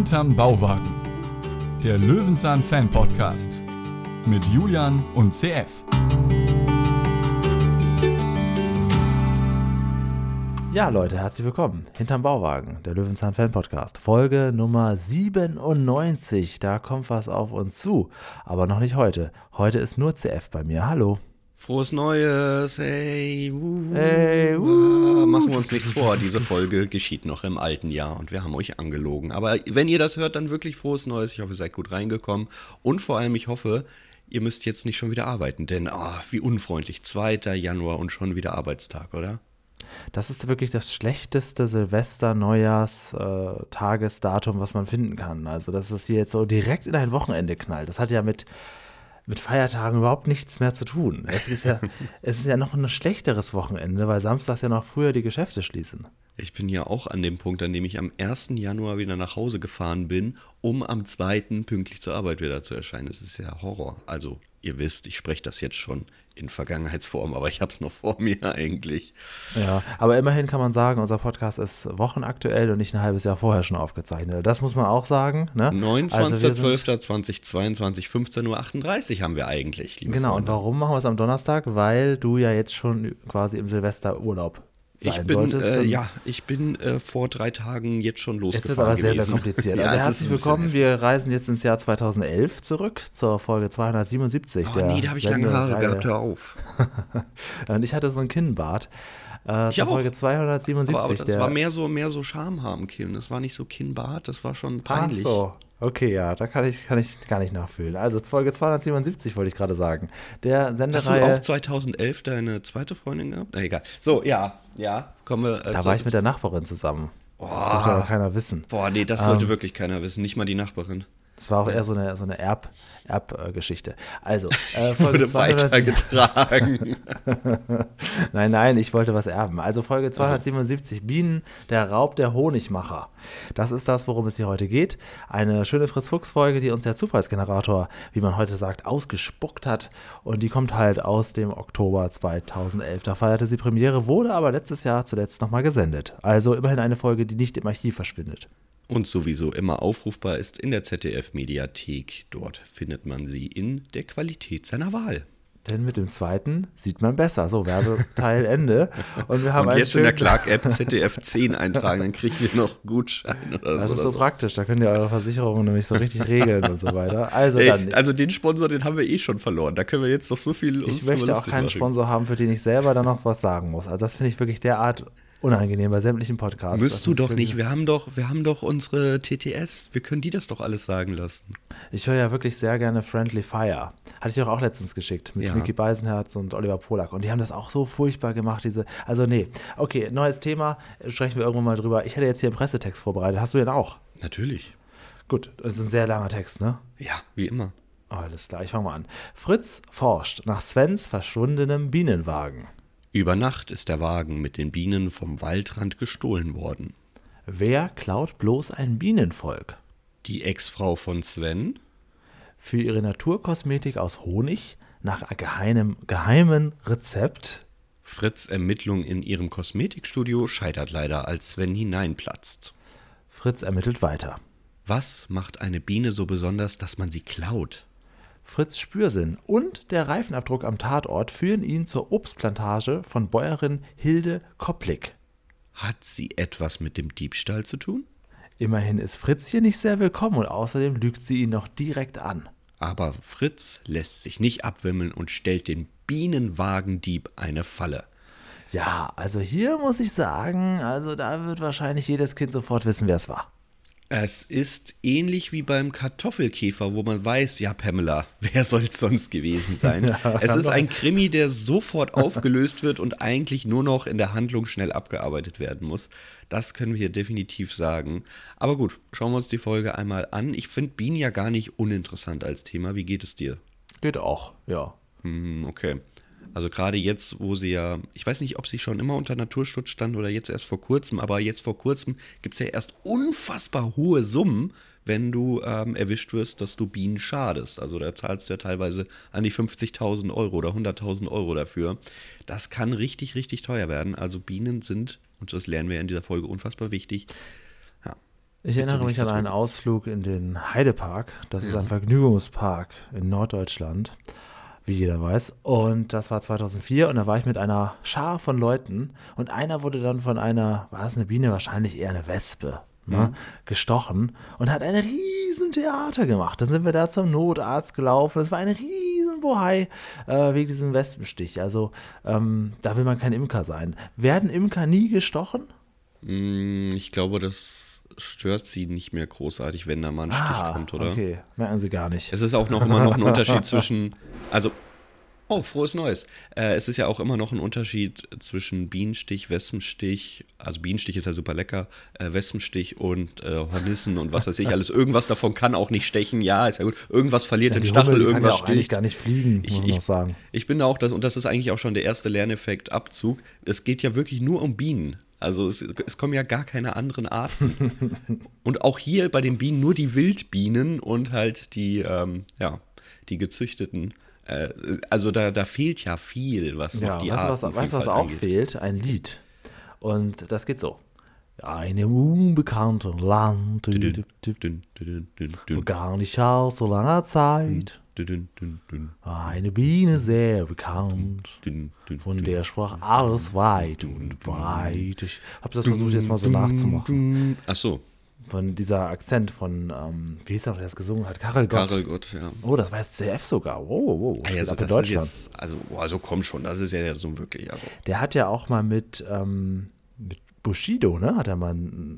Hinterm Bauwagen, der Löwenzahn-Fan-Podcast mit Julian und CF. Ja, Leute, herzlich willkommen. Hinterm Bauwagen, der Löwenzahn-Fan-Podcast. Folge Nummer 97. Da kommt was auf uns zu. Aber noch nicht heute. Heute ist nur CF bei mir. Hallo. Frohes Neues, hey, Hey, machen wir uns nichts vor, diese Folge geschieht noch im alten Jahr und wir haben euch angelogen. Aber wenn ihr das hört, dann wirklich frohes Neues, ich hoffe, ihr seid gut reingekommen und vor allem, ich hoffe, ihr müsst jetzt nicht schon wieder arbeiten, denn wie unfreundlich, 2. Januar und schon wieder Arbeitstag, oder? Das ist wirklich das schlechteste Silvester-Neujahrs-Tagesdatum, was man finden kann. Also, dass es hier jetzt so direkt in ein Wochenende knallt. Das hat ja mit Feiertagen überhaupt nichts mehr zu tun. Es ist ja noch ein schlechteres Wochenende, weil samstags ja noch früher die Geschäfte schließen. Ich bin ja auch an dem Punkt, an dem ich am 1. Januar wieder nach Hause gefahren bin, um am 2. pünktlich zur Arbeit wieder zu erscheinen. Das ist ja Horror. Also, ihr wisst, ich spreche das jetzt schon in Vergangenheitsform, aber ich habe es noch vor mir eigentlich. Ja, aber immerhin kann man sagen, unser Podcast ist wochenaktuell und nicht ein halbes Jahr vorher schon aufgezeichnet. Das muss man auch sagen. Ne? 29.12.2022, 15:38 Uhr haben wir eigentlich, liebe Genau, Freunde. und warum machen wir es am Donnerstag? Weil du ja jetzt schon quasi im Silvesterurlaub sein solltest. Ich bin vor 3 Tagen jetzt schon Es losgefahren wird aber sehr, gewesen. sehr kompliziert. Ja, Also es ist herzlich ein bisschen willkommen, heftig. wir reisen jetzt ins Jahr 2011 zurück zur Folge 277. Oh nee, da habe ich lange Haare gehabt, hör auf. Und ich hatte so ein Kinnbart. Zur Ich auch. Folge 277. Aber das war mehr so Schamhaar im Kinn. Das war nicht so Kinnbart, das war schon peinlich. Ach so, okay, ja, da kann ich gar nicht nachfühlen. Also Folge 277 wollte ich gerade sagen. Der Hast du Sendereihe, auch 2011 deine zweite Freundin gehabt? Na egal. So, ja, kommen wir. da war ich mit der Nachbarin zusammen. Das sollte aber keiner wissen. Boah, nee, das sollte wirklich keiner wissen, nicht mal die Nachbarin. Das war auch eher so eine Erbgeschichte. Also, Folge Wurde 200 weitergetragen. Nein, ich wollte was erben. Also Folge 277, Bienen, der Raub der Honigmacher. Das ist das, worum es hier heute geht. Eine schöne Fritz-Fuchs-Folge, die uns der Zufallsgenerator, wie man heute sagt, ausgespuckt hat. Und die kommt halt aus dem Oktober 2011. Da feierte sie Premiere, wurde aber letztes Jahr zuletzt nochmal gesendet. Also immerhin eine Folge, die nicht im Archiv verschwindet. Und sowieso immer aufrufbar ist in der ZDF-Mediathek. Dort findet man sie in der Qualität seiner Wahl. Denn mit dem zweiten sieht man besser. So, Werbeteil Ende. Und wir haben Und einen jetzt in der schönen- Clark-App ZDF 10 eintragen, dann kriegt ihr noch Gutschein oder Das so. ist so praktisch, da könnt ihr eure Versicherungen nämlich so richtig regeln und so weiter. Also dann, Also den Sponsor, den haben wir eh schon verloren. Da können wir jetzt doch so viel ich möchte auch lustig keinen machen. Sponsor haben, für den ich selber dann noch was sagen muss. Also das finde ich wirklich derart unangenehm bei sämtlichen Podcasts. Müsst du Das ist doch nicht. wirklich- Wir haben doch unsere TTS. Wir können die das doch alles sagen lassen. Ich höre ja wirklich sehr gerne Friendly Fire. Hatte ich doch auch letztens geschickt mit Ja. Micky Beisenherz und Oliver Polak. Und die haben das auch so furchtbar gemacht, also nee. Okay, neues Thema, sprechen wir irgendwann mal drüber. Ich hätte jetzt hier einen Pressetext vorbereitet. Hast du den auch? Natürlich. Gut, das ist ein sehr langer Text, ne? Ja, wie immer. Alles klar, ich fange mal an. Fritz forscht nach Svens verschwundenem Bienenwagen. Über Nacht ist der Wagen mit den Bienen vom Waldrand gestohlen worden. Wer klaut bloß ein Bienenvolk? Die Ex-Frau von Sven? Für ihre Naturkosmetik aus Honig nach geheimen Rezept? Fritz' Ermittlung in ihrem Kosmetikstudio scheitert leider, als Sven hineinplatzt. Fritz ermittelt weiter. Was macht eine Biene so besonders, dass man sie klaut? Fritz' Spürsinn und der Reifenabdruck am Tatort führen ihn zur Obstplantage von Bäuerin Hilde Koplik. Hat sie etwas mit dem Diebstahl zu tun? Immerhin ist Fritz hier nicht sehr willkommen und außerdem lügt sie ihn noch direkt an. Aber Fritz lässt sich nicht abwimmeln und stellt den Bienenwagendieb eine Falle. Ja, also hier muss ich sagen, also da wird wahrscheinlich jedes Kind sofort wissen, wer es war. Es ist ähnlich wie beim Kartoffelkäfer, wo man weiß, ja Pamela, wer soll es sonst gewesen sein? Es ist ein Krimi, der sofort aufgelöst wird und eigentlich nur noch in der Handlung schnell abgearbeitet werden muss. Das können wir hier definitiv sagen. Aber gut, schauen wir uns die Folge einmal an. Ich finde Bienen ja gar nicht uninteressant als Thema. Wie geht es dir? Geht auch, ja. Okay. Also gerade jetzt, wo sie ja, ich weiß nicht, ob sie schon immer unter Naturschutz stand oder jetzt erst vor kurzem, aber jetzt vor kurzem gibt es ja erst unfassbar hohe Summen, wenn du erwischt wirst, dass du Bienen schadest. Also da zahlst du ja teilweise an die 50.000 Euro oder 100.000 Euro dafür. Das kann richtig, richtig teuer werden. Also Bienen sind, und das lernen wir ja in dieser Folge, unfassbar wichtig. Ja. Ich erinnere mich an einen Ausflug in den Heidepark. Das ist ein Vergnügungspark in Norddeutschland, wie jeder weiß. Und das war 2004 und da war ich mit einer Schar von Leuten und einer wurde dann von einer, war es eine Biene, wahrscheinlich eher eine Wespe, gestochen und hat ein riesen Theater gemacht. Dann sind wir da zum Notarzt gelaufen. Das war ein riesen Bohai wegen diesem Wespenstich. Also da will man kein Imker sein. Werden Imker nie gestochen? Ich glaube, das stört sie nicht mehr großartig, wenn da mal ein Stich kommt, oder? Okay, merken sie gar nicht. Es ist auch noch immer noch ein Unterschied zwischen, also, oh, frohes Neues. Es ist ja auch immer noch ein Unterschied zwischen Bienenstich, Wespenstich, also Bienenstich ist ja super lecker, Wespenstich und Hornissen und was weiß ich alles. Irgendwas davon kann auch nicht stechen, ja, ist ja gut. Irgendwas verliert den Stachel, Hummel, irgendwas kann ja auch eigentlich sticht. gar nicht fliegen, muss man noch sagen. Ich bin da auch, und das ist eigentlich auch schon der erste Lerneffekt, Abzug. Es geht ja wirklich nur um Bienen. Also es kommen ja gar keine anderen Arten. Und auch hier bei den Bienen nur die Wildbienen und halt die gezüchteten. Also da fehlt ja viel, was noch die Arten Weißt du, was auch fehlt? Ein Lied. Und das geht so. Einem unbekannten Land, vor gar nicht so langer Zeit, eine Biene sehr bekannt, von der sprach alles weit und breit. Ich habe das versucht jetzt mal so nachzumachen. Ach so. Von dieser Akzent von, wie hieß er, der das gesungen hat? Karel Gott. Ja. Oh, das weiß CF sogar. Wow. Also das das Deutschland. ist jetzt, also komm schon, das ist ja so wirklich. Also. Der hat ja auch mal mit Bushido, ne, hat er mal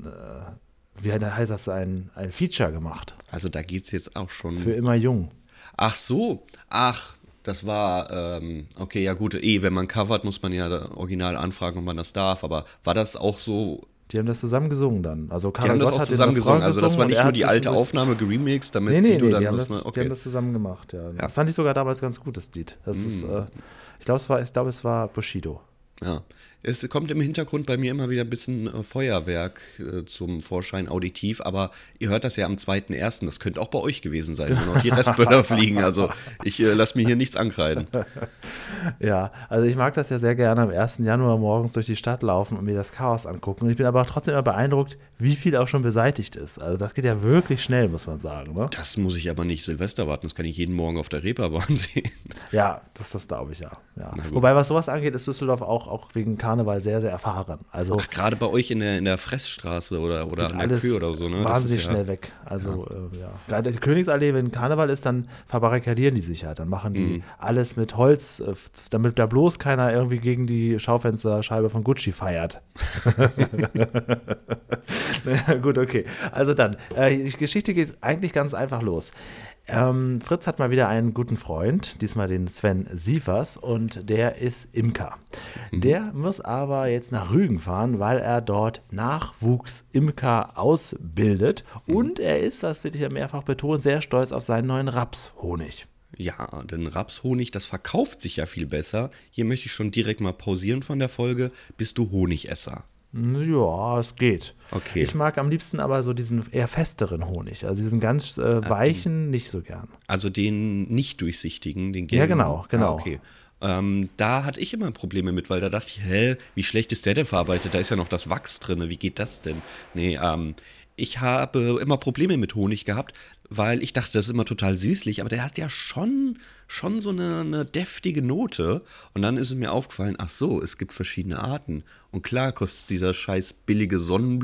wie heißt das, ein Feature gemacht. Also da geht's jetzt auch schon. Für immer jung. Ach so, das war, okay, ja gut, wenn man covert, muss man ja original anfragen, ob man das darf, aber war das auch so? Die haben das zusammen gesungen dann. Also die haben das auch zusammen gesungen, also das war nicht nur die alte Aufnahme geremixed, damit nee, Sido dann die haben das das, okay. Die haben das zusammen gemacht, ja. Das fand ich sogar damals ganz gut, das Lied. Das ist, ich glaube, es war Bushido. Ja, es kommt im Hintergrund bei mir immer wieder ein bisschen Feuerwerk zum Vorschein auditiv, aber ihr hört das ja am 2.1., das könnte auch bei euch gewesen sein, wo noch die Restböller fliegen, also ich lasse mir hier nichts ankreiden. Ja, also ich mag das ja sehr gerne am 1. Januar morgens durch die Stadt laufen und mir das Chaos angucken und ich bin aber trotzdem immer beeindruckt, wie viel auch schon beseitigt ist. Also das geht ja wirklich schnell, muss man sagen. Ne? Das muss ich aber nicht Silvester warten, das kann ich jeden Morgen auf der Reeperbahn sehen. Ja, das glaube ich ja. Wobei, was sowas angeht, ist Düsseldorf auch wegen Karneval sehr, sehr erfahren. Also, gerade bei euch in der Fressstraße oder an der Kühe oder so, ne? Wahnsinnig das ist schnell weg. Also, Gerade die Königsallee, wenn Karneval ist, dann verbarrikadieren die sich ja. Dann machen die alles mit Holz, damit da bloß keiner irgendwie gegen die Schaufensterscheibe von Gucci feiert. Naja, gut, okay. Also dann, die Geschichte geht eigentlich ganz einfach los. Fritz hat mal wieder einen guten Freund, diesmal den Sven Sievers, und der ist Imker. Der muss aber jetzt nach Rügen fahren, weil er dort Nachwuchs-Imker ausbildet und er ist, was will ich ja mehrfach betonen, sehr stolz auf seinen neuen Rapshonig. Ja, denn Rapshonig, das verkauft sich ja viel besser. Hier möchte ich schon direkt mal pausieren von der Folge. Bist du Honigesser? Ja, es geht. Okay. Ich mag am liebsten aber so diesen eher festeren Honig. Also diesen ganz weichen nicht so gern. Also den nicht durchsichtigen, den gelben? Ja, genau. Okay. Da hatte ich immer Probleme mit, weil da dachte ich, wie schlecht ist der denn verarbeitet? Da ist ja noch das Wachs drin, wie geht das denn? Nee, ich habe immer Probleme mit Honig gehabt, weil ich dachte, das ist immer total süßlich, aber der hat ja schon so eine deftige Note. Und dann ist es mir aufgefallen, ach so, es gibt verschiedene Arten. Und klar kostet dieser scheiß billige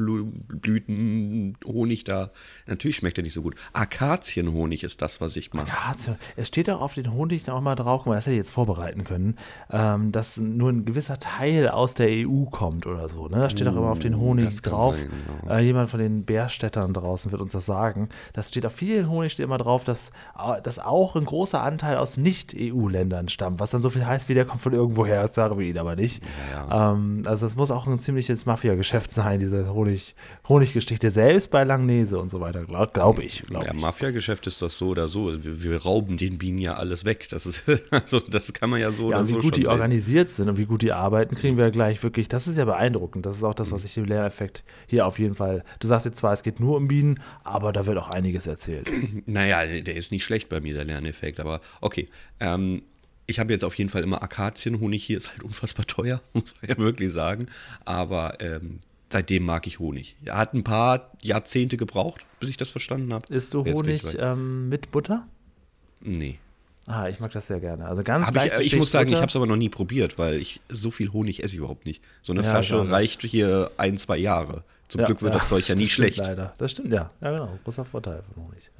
Sonnenblütenhonig da, natürlich schmeckt er nicht so gut. Akazienhonig ist das, was ich mache. Akazien. Es steht auch auf den Honig auch mal drauf, guck mal, das hätte ich jetzt vorbereiten können, dass nur ein gewisser Teil aus der EU kommt oder so. Ne? Das steht auch immer auf den Honig drauf. Sein, ja. Jemand von den Bärstädtern draußen wird uns das sagen. Das steht auf vielen Honig steht immer drauf, dass auch ein großer Anteil aus Nicht-EU-Ländern stammt, was dann so viel heißt, wie der kommt von irgendwoher, das sagen wir ihn aber nicht. Ja. Also das muss auch ein ziemliches Mafia-Geschäft sein, diese Honiggeschichte, selbst bei Langnese und so weiter, glaube ich. Ja, Mafia-Geschäft ist das so oder so. Wir rauben den Bienen ja alles weg. Das ist, also das kann man ja so oder so schon wie gut die sehen. Organisiert sind und wie gut die arbeiten, kriegen wir ja gleich wirklich, das ist ja beeindruckend. Das ist auch das, was ich im Lehreffekt hier auf jeden Fall, du sagst jetzt zwar, es geht nur um Bienen, aber da wird auch einiges erzählt. Naja, der ist nicht schlecht bei mir, der Lerneffekt, aber okay. Ich habe jetzt auf jeden Fall immer Akazienhonig hier, ist halt unfassbar teuer, muss man ja wirklich sagen. Aber seitdem mag ich Honig. Er hat ein paar Jahrzehnte gebraucht, bis ich das verstanden habe. Isst du Honig mit Butter? Nee. Ah, ich mag das sehr gerne. Also ganz ich muss sagen, ich habe es aber noch nie probiert, weil so viel Honig esse ich überhaupt nicht. So eine Flasche reicht hier 1-2 Jahre. Zum Glück wird das Zeug ja nie schlecht. Leider. Das stimmt, ja. Ja, genau. Großer Vorteil von Honig.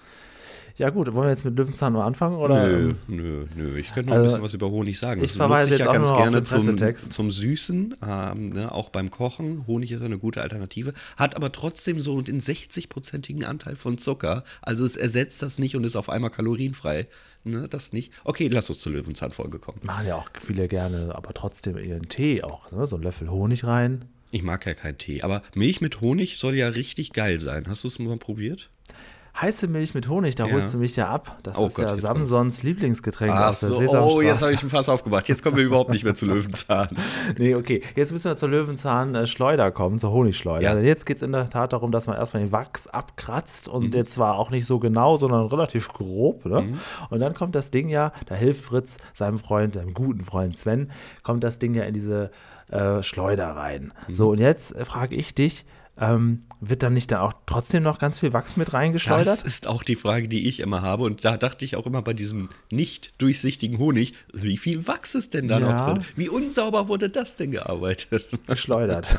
Ja gut, wollen wir jetzt mit Löwenzahn nur anfangen? Oder? Nö. Ich könnte noch ein bisschen was über Honig sagen. Ich verweise jetzt ja ganz gerne zum Süßen, auch beim Kochen. Honig ist eine gute Alternative, hat aber trotzdem so den 60-prozentigen Anteil von Zucker. Also es ersetzt das nicht und ist auf einmal kalorienfrei. Ne, das nicht. Okay, lass uns zur Löwenzahnfolge kommen. Machen ja auch viele gerne, aber trotzdem ihren Tee auch. Ne? So einen Löffel Honig rein. Ich mag ja keinen Tee, aber Milch mit Honig soll ja richtig geil sein. Hast du es mal probiert? Heiße Milch mit Honig, da holst du mich ja ab. Das ist Gott, ja Samsons Lieblingsgetränk aus der Sesamstraße. Jetzt habe ich ein Fass aufgemacht. Jetzt kommen wir überhaupt nicht mehr zu Löwenzahn. Nee, okay. Jetzt müssen wir zur Löwenzahn-Schleuder kommen, zur Honigschleuder. Ja. Denn jetzt geht es in der Tat darum, dass man erstmal den Wachs abkratzt und jetzt zwar auch nicht so genau, sondern relativ grob. Ne? Und dann kommt das Ding ja, da hilft Fritz seinem guten Freund Sven, kommt das Ding ja in diese Schleuder rein. So, und jetzt frage ich dich, wird dann nicht auch trotzdem noch ganz viel Wachs mit reingeschleudert? Das ist auch die Frage, die ich immer habe. Und da dachte ich auch immer bei diesem nicht durchsichtigen Honig, wie viel Wachs ist denn da noch drin? Wie unsauber wurde das denn gearbeitet? Geschleudert.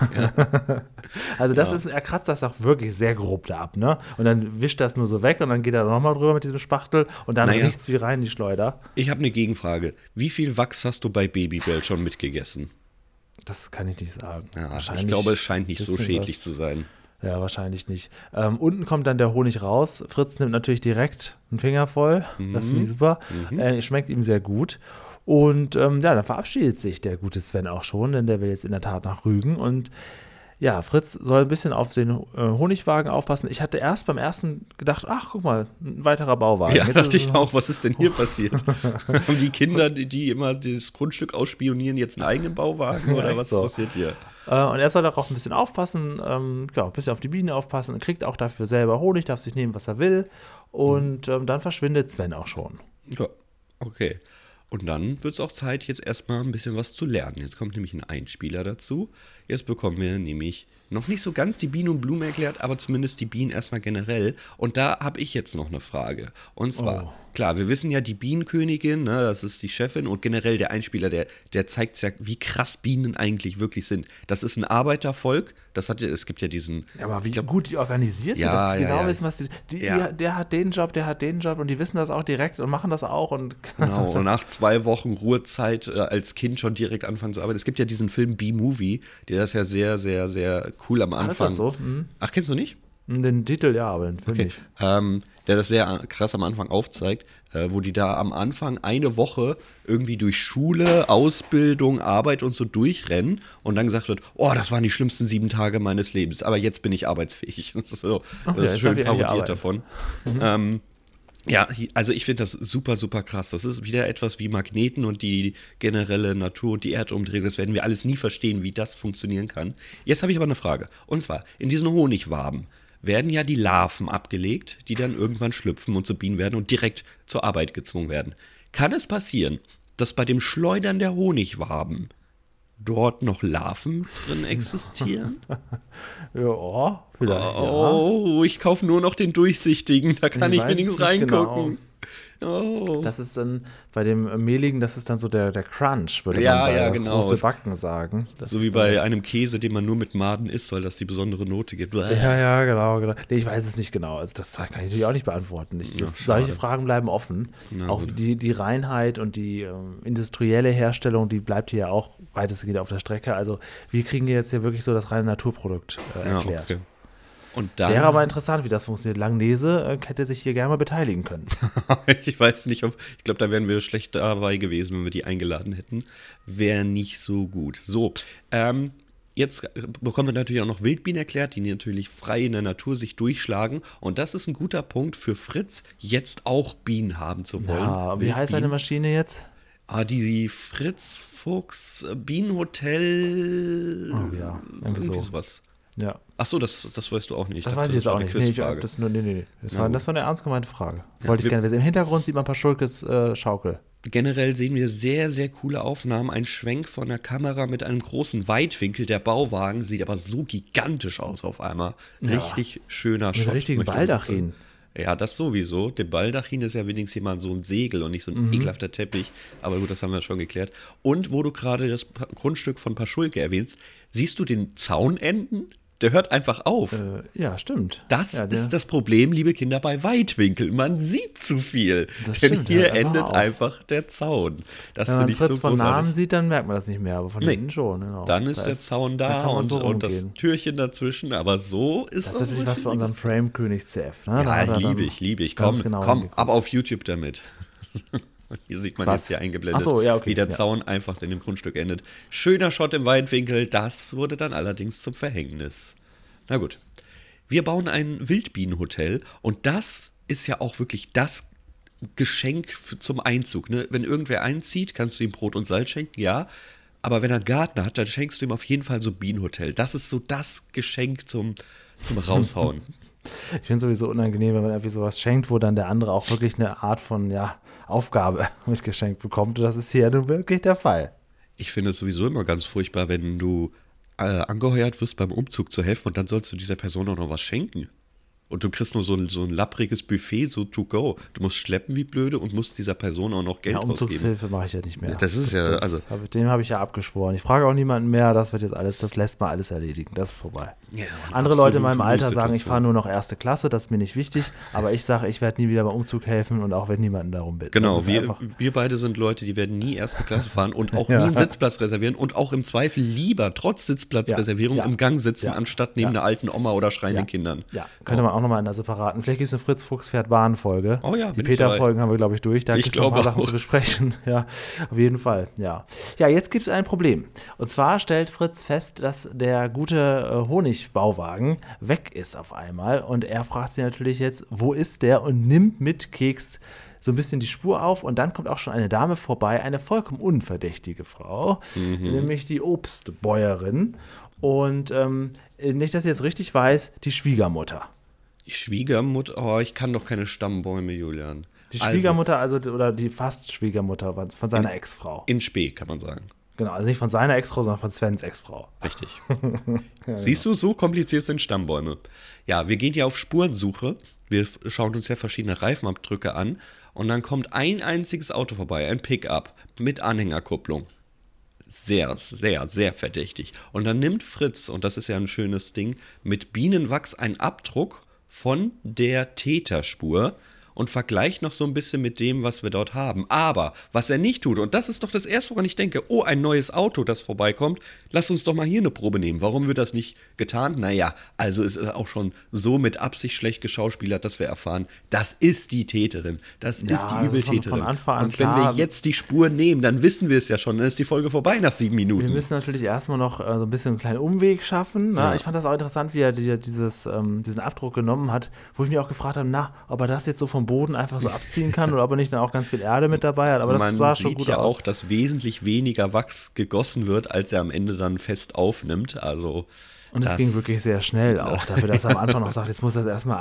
Also er kratzt das auch wirklich sehr grob da ab, ne? Und dann wischt das nur so weg und dann geht er nochmal drüber mit diesem Spachtel und dann riecht es wie rein die Schleuder. Ich habe eine Gegenfrage. Wie viel Wachs hast du bei Babybel schon mitgegessen? Das kann ich nicht sagen. Ja, ich glaube, es scheint nicht so schädlich zu sein. Ja, wahrscheinlich nicht. Unten kommt dann der Honig raus. Fritz nimmt natürlich direkt einen Finger voll. Das finde ich super. Schmeckt ihm sehr gut. Und dann verabschiedet sich der gute Sven auch schon, denn der will jetzt in der Tat nach Rügen. Und ja, Fritz soll ein bisschen auf den Honigwagen aufpassen. Ich hatte erst beim ersten gedacht, ach, guck mal, ein weiterer Bauwagen. Ja, dachte ich auch, was ist denn hier passiert? Haben die Kinder, die immer das Grundstück ausspionieren, jetzt einen eigenen Bauwagen oder was passiert hier? Und er soll darauf ein bisschen aufpassen, ein bisschen auf die Biene aufpassen und kriegt auch dafür selber Honig, darf sich nehmen, was er will. Und dann verschwindet Sven auch schon. Ja, okay. Und dann wird es auch Zeit, jetzt erstmal ein bisschen was zu lernen. Jetzt kommt nämlich ein Einspieler dazu. Jetzt bekommen wir nämlich noch nicht so ganz die Bienen und Blumen erklärt, aber zumindest die Bienen erstmal generell. Und da habe ich jetzt noch eine Frage. Und zwar, klar, wir wissen ja, die Bienenkönigin, ne, das ist die Chefin und generell der Einspieler, der zeigt ja, wie krass Bienen eigentlich wirklich sind. Das ist ein Arbeitervolk, es gibt ja diesen... Ja, aber wie gut die organisiert sind, dass sie genau wissen, was der hat den Job und die wissen das auch direkt und machen das auch. Und genau, und nach 2 Wochen Ruhezeit als Kind schon direkt anfangen zu arbeiten. Es gibt ja diesen Film B-Movie, der ist ja sehr, sehr, sehr cool am Anfang. Ist das so? Ach, kennst du nicht? Den Titel ja, aber den Film nicht. Der das sehr krass am Anfang aufzeigt, wo die da am Anfang eine Woche irgendwie durch Schule, Ausbildung, Arbeit und so durchrennen und dann gesagt wird, oh, das waren die schlimmsten 7 Tage meines Lebens, aber jetzt bin ich arbeitsfähig. Das ist so, das ist schön parodiert davon. Ja, also ich finde das super, super krass. Das ist wieder etwas wie Magneten und die generelle Natur und die Erdumdrehung. Das werden wir alles nie verstehen, wie das funktionieren kann. Jetzt habe ich aber eine Frage. Und zwar, in diesen Honigwaben werden ja die Larven abgelegt, die dann irgendwann schlüpfen und zu Bienen werden und direkt zur Arbeit gezwungen werden. Kann es passieren, dass bei dem Schleudern der Honigwaben dort noch Larven drin existieren? Ja, vielleicht. Oh, ich kaufe nur noch den durchsichtigen, da kann ich wenigstens reingucken. Genau. Oh. Das ist dann bei dem Mehligen, das ist dann so der Crunch, würde man bei große Backen sagen. Das so wie bei einem Käse, den man nur mit Maden isst, weil das die besondere Note gibt. Ja, genau. Nee, ich weiß es nicht genau. Also das kann ich natürlich auch nicht beantworten. Solche Fragen bleiben offen. Auch die Reinheit und die industrielle Herstellung, die bleibt hier ja auch weitestgehend auf der Strecke. Also wir kriegen jetzt hier wirklich so das reine Naturprodukt erklärt. Okay. Und dann, wäre aber interessant, wie das funktioniert. Langnese hätte sich hier gerne mal beteiligen können. Ich weiß nicht, ich glaube, da wären wir schlecht dabei gewesen, wenn wir die eingeladen hätten. Wäre nicht so gut. So, jetzt bekommen wir natürlich auch noch Wildbienen erklärt, die natürlich frei in der Natur sich durchschlagen. Und das ist ein guter Punkt für Fritz, jetzt auch Bienen haben zu wollen. Ja, wie heißt seine Maschine jetzt? Die Fritz Fuchs Bienenhotel. Oh ja, irgendwie sowas. Ja. Ach so, das weißt du auch nicht. Das weiß ich jetzt auch nicht. Das war eine ernst gemeinte Frage. Das wollte ich gerne wissen. Im Hintergrund sieht man ein paar Schulkes Schaukel. Generell sehen wir sehr, sehr coole Aufnahmen. Ein Schwenk von der Kamera mit einem großen Weitwinkel. Der Bauwagen sieht aber so gigantisch aus auf einmal. Richtig schöner Shot. Mit richtigen möchte ich sagen. Baldachin. Ja, das sowieso. Der Baldachin ist ja wenigstens hier mal so ein Segel und nicht so ein ekelhafter Teppich. Aber gut, das haben wir schon geklärt. Und wo du gerade das Grundstück von Paschulke erwähnst, siehst du den Zaunenden? Der hört einfach auf. Ja, stimmt. Das ja, ist das Problem, liebe Kinder, bei Weitwinkel. Man sieht zu viel. Das Denn stimmt, hier hört endet auf. einfach der Zaun. Das Wenn man finde ich Fritz so von großartig. Namen sieht, dann merkt man das nicht mehr, aber von hinten schon. Genau. Dann ist Da der Zaun da da kann man so und das rumgehen. Türchen dazwischen. Aber so ist Das ist natürlich was für unseren Frame-König CF. Ne? Da Ja, hat er dann liebe ich. ganz Komm, genau komm, hingeguckt. ab auf YouTube damit. Hier sieht man Was? jetzt hier eingeblendet, Ach so, ja, okay, wie der ja. Zaun einfach in dem Grundstück endet. Schöner Shot im Weitwinkel, das wurde dann allerdings zum Verhängnis. Na gut, wir bauen ein Wildbienenhotel und das ist ja auch wirklich das Geschenk zum Einzug. Ne? Wenn irgendwer einzieht, kannst du ihm Brot und Salz schenken, ja. Aber wenn er einen Garten hat, dann schenkst du ihm auf jeden Fall so ein Bienenhotel. Das ist so das Geschenk zum Raushauen. Ich finde es sowieso unangenehm, wenn man irgendwie sowas schenkt, wo dann der andere auch wirklich eine Art von Aufgabe mitgeschenkt bekommt. Und das ist hier nun wirklich der Fall. Ich finde es sowieso immer ganz furchtbar, wenn du angeheuert wirst beim Umzug zu helfen und dann sollst du dieser Person auch noch was schenken. Und du kriegst nur so ein lappriges Buffet, so to go. Du musst schleppen wie blöde und musst dieser Person auch noch Geld ausgeben. Umzugshilfe mache ich ja nicht mehr. Das ist ja, also. Dem habe ich ja abgeschworen. Ich frage auch niemanden mehr, das lässt mal alles erledigen. Das ist vorbei. Ja, Andere Leute in meinem absolute Alter sagen, ich Situation. fahre nur noch erste Klasse, das ist mir nicht wichtig. Aber ich sage, ich werde nie wieder beim Umzug helfen und auch wenn niemanden darum bitten. Genau, Das ist einfach- wir beide sind Leute, die werden nie erste Klasse fahren und auch nie einen Sitzplatz reservieren und auch im Zweifel lieber trotz Sitzplatzreservierung Ja. im Gang sitzen, Ja. anstatt neben einer alten Oma oder schreienden Kindern. Ja, könnte man auch nochmal in einer separaten. Vielleicht gibt es eine Fritz Fuchs fährt Bahn-Folge. Oh ja, die bin ich dabei. Peter-Folgen haben wir, glaube ich, durch. Da Ich gibt es noch ein paar glaube Sachen auch. zu besprechen. Ja, auf jeden Fall. Ja, jetzt gibt es ein Problem. Und zwar stellt Fritz fest, dass der gute Honigbauwagen weg ist auf einmal. Und er fragt sich natürlich jetzt, wo ist der? Und nimmt mit Keks so ein bisschen die Spur auf. Und dann kommt auch schon eine Dame vorbei, eine vollkommen unverdächtige Frau, nämlich die Obstbäuerin. Und nicht, dass ich jetzt richtig weiß, die Schwiegermutter. Die Schwiegermutter, oh, ich kann doch keine Stammbäume, Julian. Die Schwiegermutter, oder die fast Schwiegermutter von seiner Ex-Frau. In Spee, kann man sagen. Genau, also nicht von seiner Ex-Frau, sondern von Svens Ex-Frau. Richtig. Siehst du, so kompliziert sind Stammbäume. Ja, wir gehen ja auf Spurensuche. Wir schauen uns ja verschiedene Reifenabdrücke an. Und dann kommt ein einziges Auto vorbei, ein Pickup mit Anhängerkupplung. Sehr, sehr, sehr verdächtig. Und dann nimmt Fritz, und das ist ja ein schönes Ding, mit Bienenwachs einen Abdruck von der Täterspur und vergleicht noch so ein bisschen mit dem, was wir dort haben. Aber was er nicht tut, und das ist doch das Erste, woran ich denke, oh, ein neues Auto, das vorbeikommt, lass uns doch mal hier eine Probe nehmen. Warum wird das nicht getan? Naja, also es ist auch schon so mit Absicht schlecht geschauspielert, dass wir erfahren, das ist die Täterin, das ist die Übeltäterin. von Anfang an Und wenn klar. wir jetzt die Spur nehmen, dann wissen wir es ja schon, dann ist die Folge vorbei nach 7 Wir Minuten. müssen natürlich erstmal noch so ein bisschen einen kleinen Umweg schaffen. Ne? Ja. Ich fand das auch interessant, wie er diesen Abdruck genommen hat, wo ich mich auch gefragt habe, ob er das jetzt so vom Boden einfach so abziehen kann oder ob er nicht dann auch ganz viel Erde mit dabei hat. Aber das Man sah schon sieht gut ja aus. auch, dass wesentlich weniger Wachs gegossen wird, als er am Ende dann fest aufnimmt. Also Und es das- ging wirklich sehr schnell auch, dafür, dass er am Anfang noch sagt, jetzt muss er das erstmal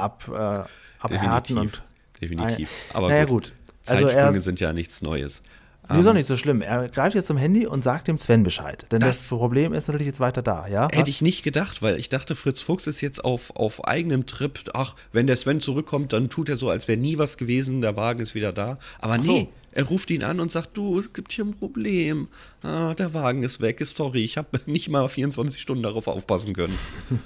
abhärten. Definitiv. Aber naja, gut. gut. Also Zeitsprünge er sind ja nichts Neues. ist doch nicht so schlimm. Er greift jetzt zum Handy und sagt dem Sven Bescheid. Denn das Das- Problem ist natürlich jetzt weiter da. Ja? Hätte ich nicht gedacht, weil ich dachte, Fritz Fuchs ist jetzt auf eigenem Trip. Ach, wenn der Sven zurückkommt, dann tut er so, als wäre nie was gewesen, der Wagen ist wieder da. Aber so. nee, er ruft ihn an und sagt, du, es gibt hier ein Problem. Der Wagen ist weg, sorry, ich habe nicht mal 24 Stunden darauf aufpassen können.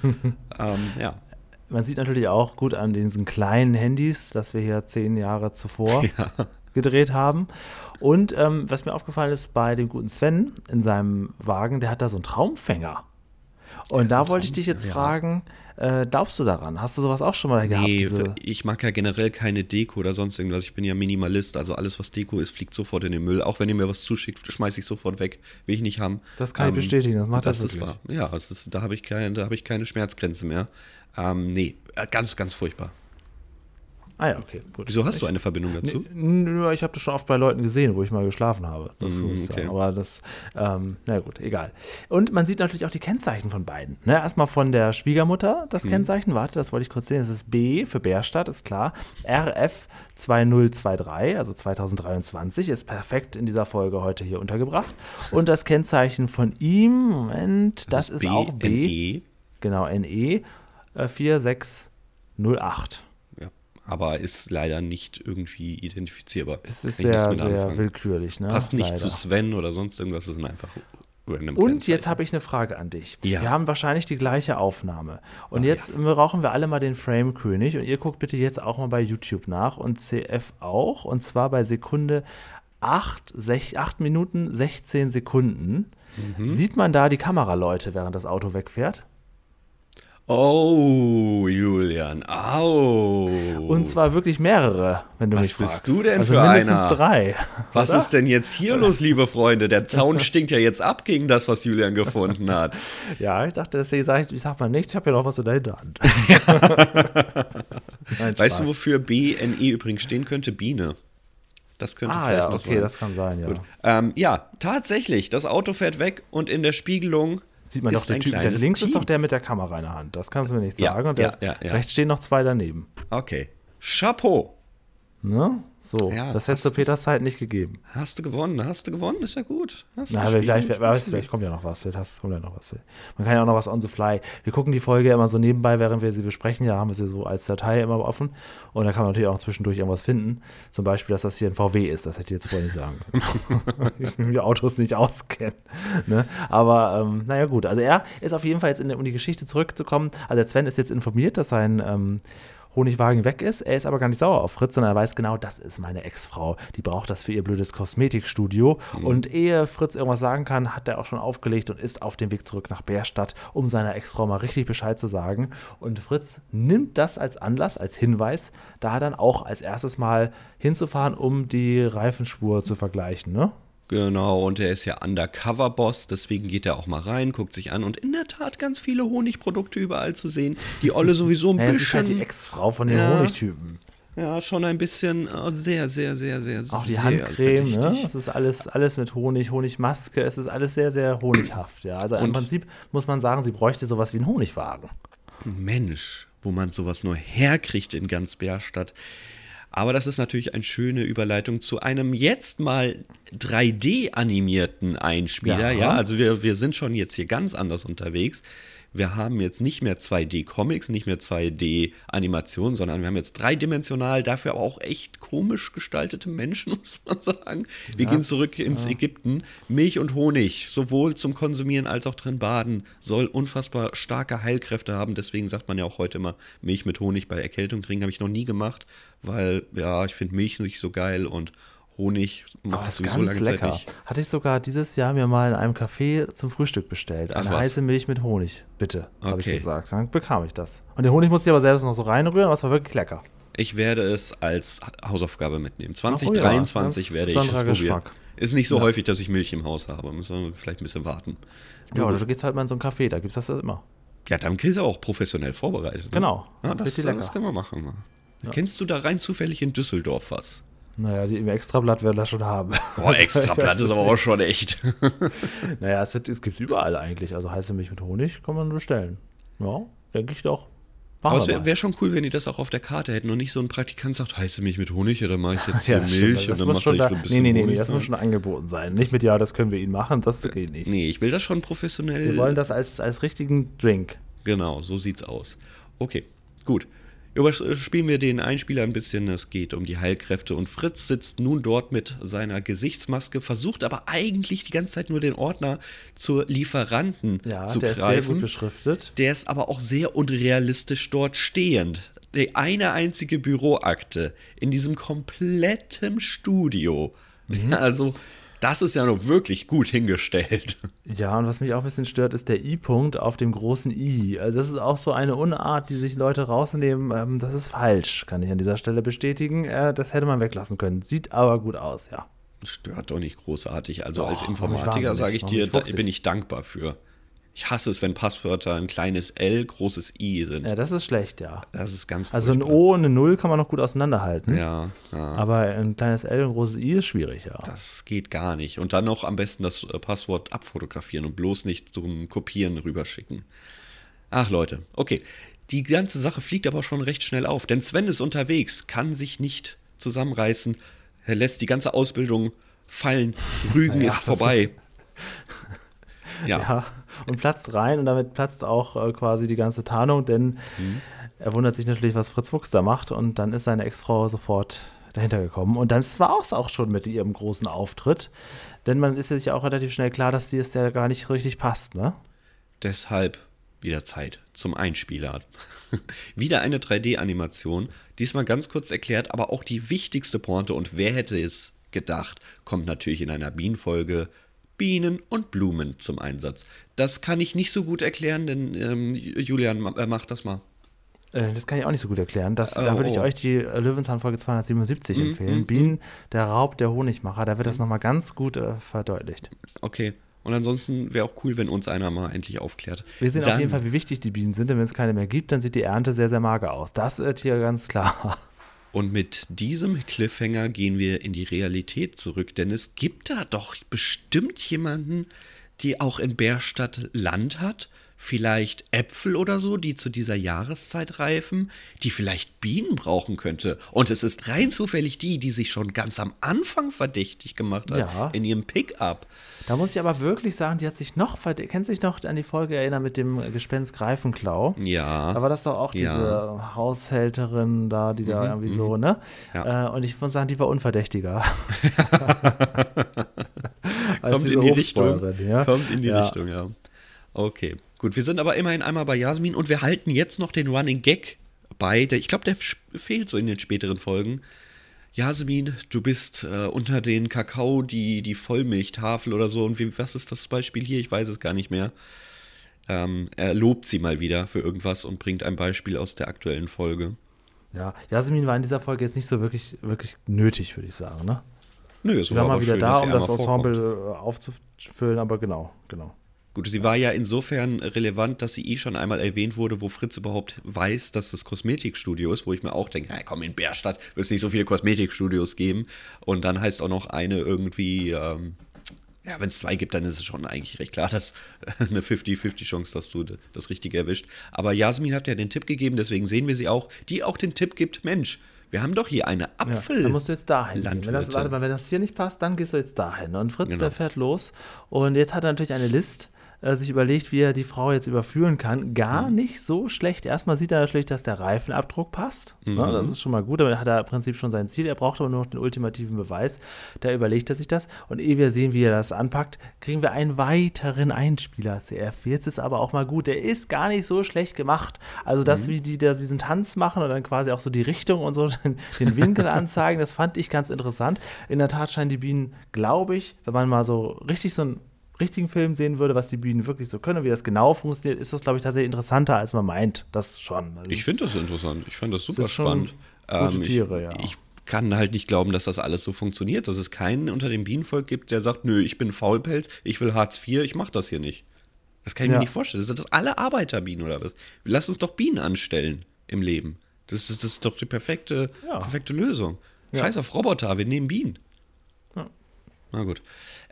Ja. Man sieht natürlich auch gut an diesen kleinen Handys, dass wir hier 10 Jahre zuvor gedreht haben. Und was mir aufgefallen ist, bei dem guten Sven in seinem Wagen, der hat da so einen Traumfänger. Und da wollte ich dich jetzt fragen, glaubst du daran? Hast du sowas auch schon mal gehabt? Nee, diese- ich mag ja generell keine Deko oder sonst irgendwas. Ich bin ja Minimalist, also alles, was Deko ist, fliegt sofort in den Müll. Auch wenn ihr mir was zuschickt, schmeiße ich sofort weg. Will ich nicht haben. Das kann ich bestätigen, das macht das ist wirklich. wahr. Ja, da habe ich keine Schmerzgrenze mehr. Nee, ganz, ganz furchtbar. Ah ja, okay, gut. Wieso hast du eine Verbindung dazu? Nur, ich habe das schon oft bei Leuten gesehen, wo ich mal geschlafen habe. Das muss ich okay. sagen. Aber das, na gut, egal. Und man sieht natürlich auch die Kennzeichen von beiden. Ne? Erstmal von der Schwiegermutter das Kennzeichen. Warte, das wollte ich kurz sehen. Das ist B für Bärstadt, ist klar. RF 2023, also 2023, ist perfekt in dieser Folge heute hier untergebracht. Und das Kennzeichen von ihm, Moment, das ist auch B. NE. Genau, NE 4608. Aber ist leider nicht irgendwie identifizierbar. Es ist Kann ich nichts sehr, mit sehr anfangen. willkürlich. Ne? Passt nicht Leider. zu Sven oder sonst irgendwas, das sind einfach random Und Kennzeichen. jetzt habe ich eine Frage an dich. Ja. Wir haben wahrscheinlich die gleiche Aufnahme. Und jetzt brauchen wir alle mal den Frame-König. Und ihr guckt bitte jetzt auch mal bei YouTube nach und CF auch. Und zwar bei Sekunde 8 Minuten 16 Sekunden. Sieht man da die Kameraleute, während das Auto wegfährt? Oh, Julian, au. Und zwar wirklich mehrere, wenn du Was mich fragst. bist du denn also für mindestens einer? 3. Was oder? ist denn jetzt hier los, liebe Freunde? Der Zaun stinkt ja jetzt ab gegen das, was Julian gefunden hat. Ja, ich dachte, deswegen sage ich sag mal nichts, ich habe ja noch was in der Hinterhand. Nein, Weißt du, Spaß. wofür BNE übrigens stehen könnte? Biene. Das könnte vielleicht ja, noch okay, sein. das kann sein, ja. Gut. Ja, tatsächlich, das Auto fährt weg und in der Spiegelung Sieht man doch ist den ein Typen. Der kleines links Team. ist doch der mit der Kamera in der Hand. Das kannst du mir nicht Ja, sagen. Und ja, der, ja. rechts stehen noch 2 daneben. Okay. Chapeau. Ne? So, Ja, das hättest du hast- Peters Zeit nicht gegeben. Hast du gewonnen, ist ja gut. Hast Na, du aber vielleicht Spiel- kommt ja noch was. Kommt ja noch was. Man kann ja auch noch was on the fly. Wir gucken die Folge ja immer so nebenbei, während wir sie besprechen. Ja, haben wir sie so als Datei immer offen. Und da kann man natürlich auch zwischendurch irgendwas finden. Zum Beispiel, dass das hier ein VW ist. Das hätte ich jetzt vorher nicht sagen können. Ich will die Autos nicht auskennen. Ne? Aber, naja, gut. Also, er ist auf jeden Fall jetzt, um die Geschichte zurückzukommen. Also, der Sven ist jetzt informiert, dass sein Honigwagen weg ist. Er ist aber gar nicht sauer auf Fritz, sondern er weiß genau, das ist meine Ex-Frau. Die braucht das für ihr blödes Kosmetikstudio. Und ehe Fritz irgendwas sagen kann, hat er auch schon aufgelegt und ist auf dem Weg zurück nach Bärstadt, um seiner Ex-Frau mal richtig Bescheid zu sagen. Und Fritz nimmt das als Anlass, als Hinweis, da dann auch als erstes mal hinzufahren, um die Reifenspur zu vergleichen, ne? Genau, und er ist ja Undercover-Boss, deswegen geht er auch mal rein, guckt sich an und in der Tat ganz viele Honigprodukte überall zu sehen. Die Olle sowieso ein Naja, es ist halt bisschen, die Ex-Frau von den Ja. Honigtypen. ja, schon ein bisschen sehr, sehr, sehr, sehr, Auch die sehr Handcreme, ne? verdächtig. Es ist alles mit Honig, Honigmaske, es ist alles sehr, sehr honighaft, ja. Also im Und- Prinzip muss man sagen, sie bräuchte sowas wie einen Honigwagen. Mensch, wo man sowas nur herkriegt in ganz Bärstadt. Aber das ist natürlich eine schöne Überleitung zu einem jetzt mal 3D-animierten Einspieler. Ja. Ja, also wir sind schon jetzt hier ganz anders unterwegs. Wir haben jetzt nicht mehr 2D-Comics, nicht mehr 2D-Animationen, sondern wir haben jetzt dreidimensional, dafür aber auch echt komisch gestaltete Menschen, muss man sagen. Wir gehen zurück ins Ägypten. Milch und Honig, sowohl zum Konsumieren als auch drin baden, soll unfassbar starke Heilkräfte haben. Deswegen sagt man ja auch heute immer Milch mit Honig bei Erkältung trinken. Habe ich noch nie gemacht, weil ja, ich finde Milch nicht so geil und Honig Aber mache ich das ist sowieso ganz lange Zeit lecker. nicht. Hatte ich sogar dieses Jahr mir mal in einem Café zum Frühstück bestellt. Eine Ach was. heiße Milch mit Honig, bitte, habe ich Okay. gesagt. Dann bekam ich das. Und den Honig musste ich aber selbst noch so reinrühren, aber es war wirklich lecker. Ich werde es als Hausaufgabe mitnehmen. Ach, oh ja, 2023 ganz werde ich es besonderer probieren. Geschmack. Ist nicht so häufig, dass ich Milch im Haus habe. Müssen wir vielleicht ein bisschen warten. Ja, oder du gehst halt mal in so ein Café, da gibt es das immer. Ja, dann ist er auch professionell vorbereitet. Ne? Genau. Ja, das Richtig lecker. können wir machen. Kennst du da rein zufällig in Düsseldorf was? Naja, die im Extrablatt werden das schon haben. Boah, Extrablatt ist aber auch schon echt. Naja, es gibt überall eigentlich. Also heiße Milch mit Honig kann man bestellen. Ja, denke ich doch. Machen Aber es wir mal. wäre schon cool, wenn die das auch auf der Karte hätten und nicht so ein Praktikant sagt, heiße Milch mit Honig, oder mache ich jetzt hier Ja, stimmt. Milch Das und dann muss macht schon er da, ein bisschen nee, Honig. das muss schon angeboten sein. Nicht mit, ja, das können wir Ihnen machen, das geht nicht. Nee, ich will das schon professionell. Wir wollen das als richtigen Drink. Genau, so sieht's aus. Okay, gut. Überspielen wir den Einspieler ein bisschen. Es geht um die Heilkräfte und Fritz sitzt nun dort mit seiner Gesichtsmaske, versucht aber eigentlich die ganze Zeit nur den Ordner zur Lieferanten Ja, zu der ist sehr greifen. gut beschriftet. Der ist aber auch sehr unrealistisch dort stehend. Die eine einzige Büroakte in diesem kompletten Studio. Also, das ist ja noch wirklich gut hingestellt. Ja, und was mich auch ein bisschen stört, ist der I-Punkt auf dem großen I. Also das ist auch so eine Unart, die sich Leute rausnehmen. Das ist falsch, kann ich an dieser Stelle bestätigen. Das hätte man weglassen können. Sieht aber gut aus, ja. Stört doch nicht großartig. Also Doch, als mach mich Informatiker wahnsinnig, sage ich mach dir, mich da fuchsig. bin ich dankbar für. Ich hasse es, wenn Passwörter ein kleines L, großes I sind. Ja, das ist schlecht, ja. Das ist ganz Also ein furchtbar. O und eine Null kann man noch gut auseinanderhalten. Ja. Aber ein kleines L und ein großes I ist schwierig, ja. Das geht gar nicht. Und dann noch am besten das Passwort abfotografieren und bloß nicht zum Kopieren rüberschicken. Ach Leute, okay. Die ganze Sache fliegt aber schon recht schnell auf, denn Sven ist unterwegs, kann sich nicht zusammenreißen, er lässt die ganze Ausbildung fallen, Rügen ist vorbei. Ja, und platzt rein und damit platzt auch quasi die ganze Tarnung, denn er wundert sich natürlich, was Fritz Fuchs da macht und dann ist seine Ex-Frau sofort dahinter gekommen und dann war es auch schon mit ihrem großen Auftritt, denn man ist sich ja auch relativ schnell klar, dass es ja gar nicht richtig passt, ne? Deshalb wieder Zeit zum Einspieler. Wieder eine 3D-Animation, diesmal ganz kurz erklärt, aber auch die wichtigste Pointe und wer hätte es gedacht, kommt natürlich in einer Bienenfolge Bienen und Blumen zum Einsatz. Das kann ich nicht so gut erklären, denn Julian, mach das mal. Das kann ich auch nicht so gut erklären. Da würde ich euch die Löwenzahn-Folge 277 empfehlen. Bienen, der Raub, der Honigmacher. Da wird das nochmal ganz gut verdeutlicht. Okay. Und ansonsten wäre auch cool, wenn uns einer mal endlich aufklärt. Wir sehen auf jeden Fall, wie wichtig die Bienen sind, denn wenn es keine mehr gibt, dann sieht die Ernte sehr, sehr mager aus. Das ist hier ganz klar. Und mit diesem Cliffhanger gehen wir in die Realität zurück, denn es gibt da doch bestimmt jemanden, die auch in Bärstadt Land hat, vielleicht Äpfel oder so, die zu dieser Jahreszeit reifen, die vielleicht Bienen brauchen könnte. Und es ist rein zufällig die sich schon ganz am Anfang verdächtig gemacht hat in ihrem Pickup. Da muss ich aber wirklich sagen, die hat sich noch kennst du dich noch an die Folge erinnern mit dem Gespenst Greifenklau? Ja. Da war das doch auch diese Haushälterin da, die da irgendwie so, ne? Ja. Und ich muss sagen, die war unverdächtiger. Kommt in die Richtung. Ja? Kommt in die Richtung, ja. Okay, gut. Wir sind aber immerhin einmal bei Jasmin und wir halten jetzt noch den Running Gag bei. Ich glaube, der fehlt so in den späteren Folgen. Jasmin, du bist unter den Kakao die Vollmilchtafel oder so. Und was ist das Beispiel hier? Ich weiß es gar nicht mehr. Er lobt sie mal wieder für irgendwas und bringt ein Beispiel aus der aktuellen Folge. Ja, Jasmin war in dieser Folge jetzt nicht so wirklich nötig, würde ich sagen, ne? Nö, es war mal aber wieder schön, da, dass um sie das einmal Ensemble vorkommt. aufzufüllen, aber genau. Gut, sie war ja insofern relevant, dass sie schon einmal erwähnt wurde, wo Fritz überhaupt weiß, dass das Kosmetikstudio ist, wo ich mir auch denke, na komm, in Bärstadt wird es nicht so viele Kosmetikstudios geben. Und dann heißt auch noch eine irgendwie, wenn es 2 gibt, dann ist es schon eigentlich recht klar, dass eine 50-50 Chance, dass du das Richtige erwischt. Aber Jasmin hat ja den Tipp gegeben, deswegen sehen wir sie auch, die auch den Tipp gibt, Mensch, wir haben doch hier eine Apfel. Ja, dann musst du jetzt dahin gehen. Wenn das hier nicht passt, dann gehst du jetzt dahin. Und Fritz, der fährt los. Und jetzt hat er natürlich eine List sich überlegt, wie er die Frau jetzt überführen kann. Gar nicht so schlecht. Erstmal sieht er natürlich, dass der Reifenabdruck passt. Ja, das ist schon mal gut, aber dann hat er im Prinzip schon sein Ziel. Er braucht aber nur noch den ultimativen Beweis. Da überlegt er sich das. Und ehe wir sehen, wie er das anpackt, kriegen wir einen weiteren Einspieler, CF. Jetzt ist aber auch mal gut. Der ist gar nicht so schlecht gemacht. Also das, wie die da diesen Tanz machen und dann quasi auch so die Richtung und so den Winkel anzeigen, das fand ich ganz interessant. In der Tat scheinen die Bienen, glaube ich, wenn man mal so richtig so einen richtigen Film sehen würde, was die Bienen wirklich so können, wie das genau funktioniert, ist das, glaube ich, tatsächlich interessanter, als man meint. Das schon. Also ich finde das interessant. Ich fand das super spannend. Gute Tiere, ja. Ich kann halt nicht glauben, dass das alles so funktioniert, dass es keinen unter dem Bienenvolk gibt, der sagt, nö, ich bin Faulpelz, ich will Hartz IV, ich mache das hier nicht. Das kann ich mir nicht vorstellen. Das sind alle Arbeiterbienen oder was? Lass uns doch Bienen anstellen im Leben. Das ist doch die perfekte Lösung. Scheiß auf Roboter, wir nehmen Bienen. Ja. Na gut.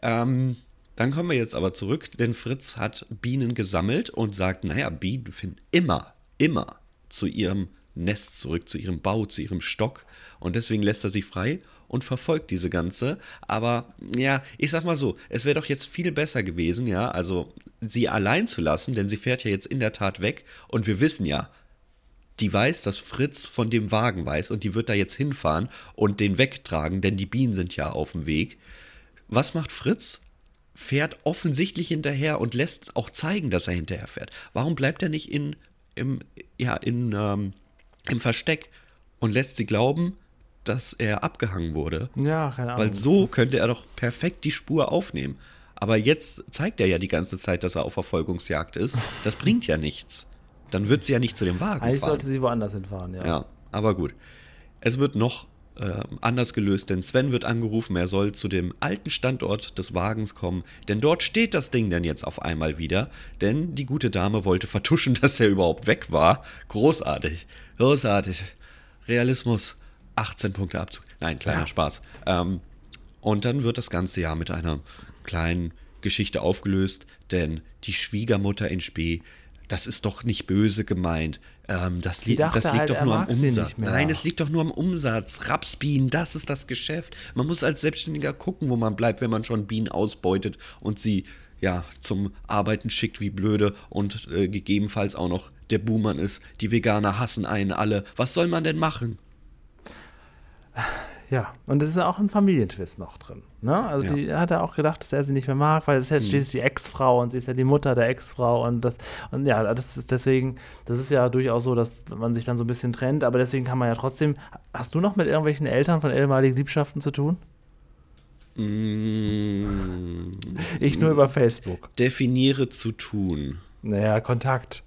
Dann kommen wir jetzt aber zurück, denn Fritz hat Bienen gesammelt und sagt, naja, Bienen finden immer zu ihrem Nest zurück, zu ihrem Bau, zu ihrem Stock. Und deswegen lässt er sie frei und verfolgt diese ganze. Aber ja, ich sag mal so, es wäre doch jetzt viel besser gewesen, ja, also sie allein zu lassen, denn sie fährt ja jetzt in der Tat weg. Und wir wissen ja, die weiß, dass Fritz von dem Wagen weiß und die wird da jetzt hinfahren und den wegtragen, denn die Bienen sind ja auf dem Weg. Was macht Fritz? Fährt offensichtlich hinterher und lässt auch zeigen, dass er hinterher fährt. Warum bleibt er nicht im Versteck und lässt sie glauben, dass er abgehangen wurde? Ja, keine Ahnung. Weil so könnte er doch perfekt die Spur aufnehmen. Aber jetzt zeigt er ja die ganze Zeit, dass er auf Verfolgungsjagd ist. Das bringt ja nichts. Dann wird sie ja nicht zu dem Wagen Eigentlich fahren. sollte sie woanders hinfahren, ja. Ja, aber gut. Es wird noch anders gelöst, denn Sven wird angerufen, er soll zu dem alten Standort des Wagens kommen, denn dort steht das Ding dann jetzt auf einmal wieder, denn die gute Dame wollte vertuschen, dass er überhaupt weg war. Großartig, großartig. Realismus, 18 Punkte Abzug. Nein, kleiner Spaß. Und dann wird das ganze Jahr mit einer kleinen Geschichte aufgelöst, denn die Schwiegermutter in Spee, das ist doch nicht böse gemeint. Das liegt doch nur am Umsatz. Nein, es liegt doch nur am Umsatz. Rapsbienen, das ist das Geschäft. Man muss als Selbstständiger gucken, wo man bleibt, wenn man schon Bienen ausbeutet und sie zum Arbeiten schickt wie blöde und gegebenenfalls auch noch der Buhmann ist. Die Veganer hassen einen alle. Was soll man denn machen? Ja, und es ist auch ein Familientwist noch drin. Ne? Also die hat er auch gedacht, dass er sie nicht mehr mag, weil es ist ja schließlich die Ex-Frau und sie ist ja die Mutter der Ex-Frau das ist deswegen, das ist ja durchaus so, dass man sich dann so ein bisschen trennt, aber deswegen kann man ja trotzdem, hast du noch mit irgendwelchen Eltern von ehemaligen Liebschaften zu tun? Ich nur über Facebook. Definiere zu tun. Naja, Kontakt.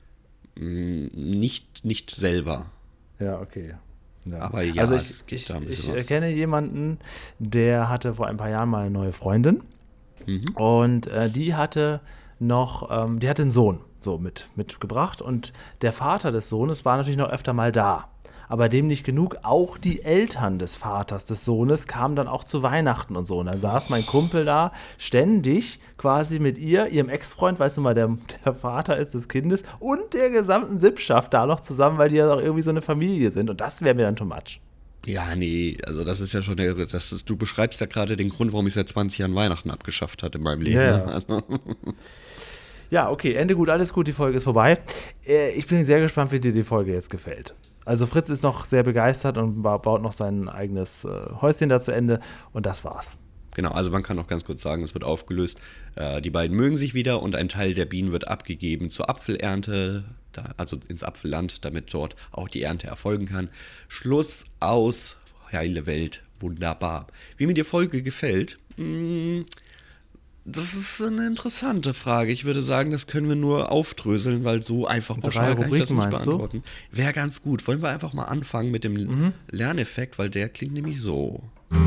Nicht selber. Ja, okay. Ja. Aber ja, also es gibt da ein bisschen was. Ich kenne jemanden, der hatte vor ein paar Jahren mal eine neue Freundin und die hatte einen Sohn so mitgebracht und der Vater des Sohnes war natürlich noch öfter mal da. Aber dem nicht genug, auch die Eltern des Vaters des Sohnes kamen dann auch zu Weihnachten und so. Und dann saß mein Kumpel da ständig quasi mit ihrem Ex-Freund, weißt du mal, der Vater ist des Kindes und der gesamten Sippschaft da noch zusammen, weil die ja auch irgendwie so eine Familie sind. Und das wäre mir dann too much. Ja, nee, also das ist ja schon, du beschreibst ja gerade den Grund, warum ich seit 20 Jahren Weihnachten abgeschafft hatte in meinem Leben. Ja. Ne? Also. Ja, okay, Ende gut, alles gut, die Folge ist vorbei. Ich bin sehr gespannt, wie dir die Folge jetzt gefällt. Also Fritz ist noch sehr begeistert und baut noch sein eigenes Häuschen da zu Ende und das war's. Genau, also man kann noch ganz kurz sagen, es wird aufgelöst. Die beiden mögen sich wieder und ein Teil der Bienen wird abgegeben zur Apfelernte, also ins Apfelland, damit dort auch die Ernte erfolgen kann. Schluss, aus, heile Welt, wunderbar. Wie mir die Folge gefällt, das ist eine interessante Frage. Ich würde sagen, das können wir nur aufdröseln, weil so einfach pauschal kann ich das nicht beantworten. Wäre ganz gut. Wollen wir einfach mal anfangen mit dem Lerneffekt, weil der klingt nämlich so.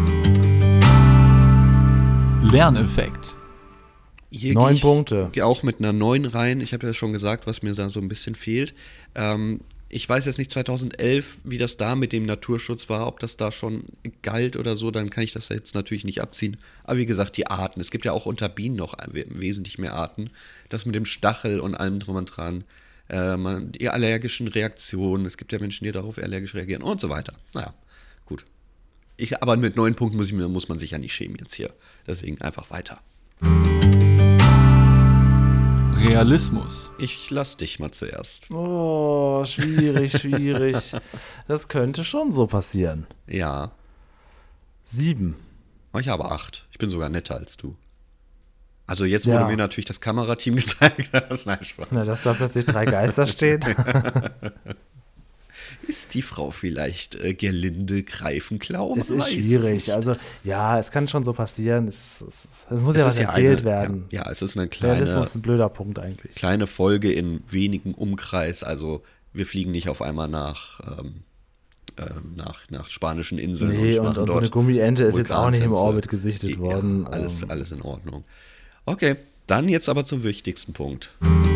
Lerneffekt. Hier 9 Punkte. Gehe auch mit einer 9 rein. Ich habe ja schon gesagt, was mir da so ein bisschen fehlt. Ich weiß jetzt nicht 2011, wie das da mit dem Naturschutz war, ob das da schon galt oder so, dann kann ich das jetzt natürlich nicht abziehen. Aber wie gesagt, die Arten, es gibt ja auch unter Bienen noch wesentlich mehr Arten. Das mit dem Stachel und allem drum und dran, die allergischen Reaktionen, es gibt ja Menschen, die darauf allergisch reagieren und so weiter. Naja, gut. Aber mit 9 Punkten muss man sich ja nicht schämen jetzt hier. Deswegen einfach weiter. Realismus. Ich lass dich mal zuerst. Oh, schwierig. Das könnte schon so passieren. Ja. 7. Oh, ich habe 8. Ich bin sogar netter als du. Also jetzt, wo du mir natürlich das Kamerateam gezeigt hast. Nein, Spaß. Na, dass da plötzlich 3 Geister stehen. Ist die Frau vielleicht Gerlinde Greifenklau? Es ist schwierig. Also, ja, es kann schon so passieren. Es muss ja was erzählt werden. Ja, es ist eine Realismus ist ein blöder Punkt eigentlich. Kleine Folge in wenigen Umkreis. Also, wir fliegen nicht auf einmal nach spanischen Inseln und machen und so dort eine Gummiente ist jetzt auch nicht im Orbit gesichtet worden. Ja, alles in Ordnung. Okay, dann jetzt aber zum wichtigsten Punkt.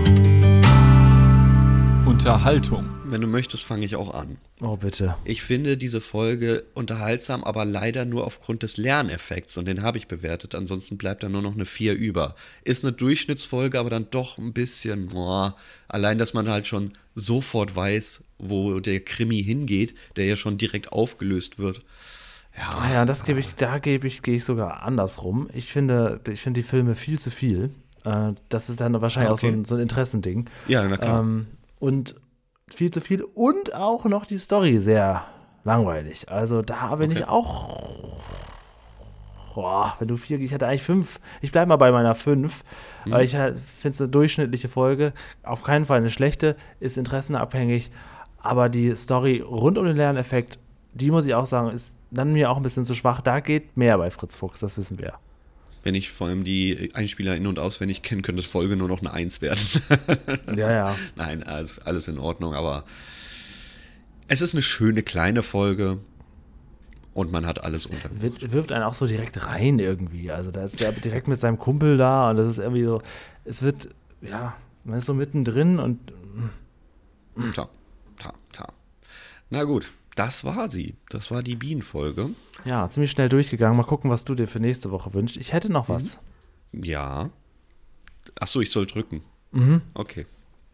Unterhaltung. Wenn du möchtest, fange ich auch an. Oh, bitte. Ich finde diese Folge unterhaltsam, aber leider nur aufgrund des Lerneffekts und den habe ich bewertet. Ansonsten bleibt da nur noch eine 4 über. Ist eine Durchschnittsfolge, aber dann doch ein bisschen, allein, dass man halt schon sofort weiß, wo der Krimi hingeht, der ja schon direkt aufgelöst wird. Ja, gehe ich sogar andersrum. Ich finde die Filme viel zu viel. Das ist dann wahrscheinlich auch so ein Interessending. Ja, na klar. Und viel zu viel und auch noch die Story sehr langweilig. Also da bin ich auch, wenn du 4, ich hatte eigentlich 5. Ich bleibe mal bei meiner 5, weil ich finde es eine durchschnittliche Folge. Auf keinen Fall eine schlechte, ist interessenabhängig, aber die Story rund um den Lerneffekt, die muss ich auch sagen, ist dann mir auch ein bisschen zu schwach. Da geht mehr bei Fritz Fuchs, das wissen wir. Wenn ich vor allem die Einspieler in- und auswendig kenne, könnte das Folge nur noch eine 1 werden. Ja. Nein, alles in Ordnung, aber es ist eine schöne kleine Folge. Und man hat alles untergebracht. Wirft einen auch so direkt rein irgendwie. Also da ist der direkt mit seinem Kumpel da und das ist irgendwie so, es wird, ja, man ist so mittendrin und Ta. Na gut, das war sie. Das war die Bienenfolge. ja, ziemlich schnell durchgegangen. Mal gucken, was du dir für nächste Woche wünschst. Ich hätte noch was. Ja. Achso, ich soll drücken. Okay.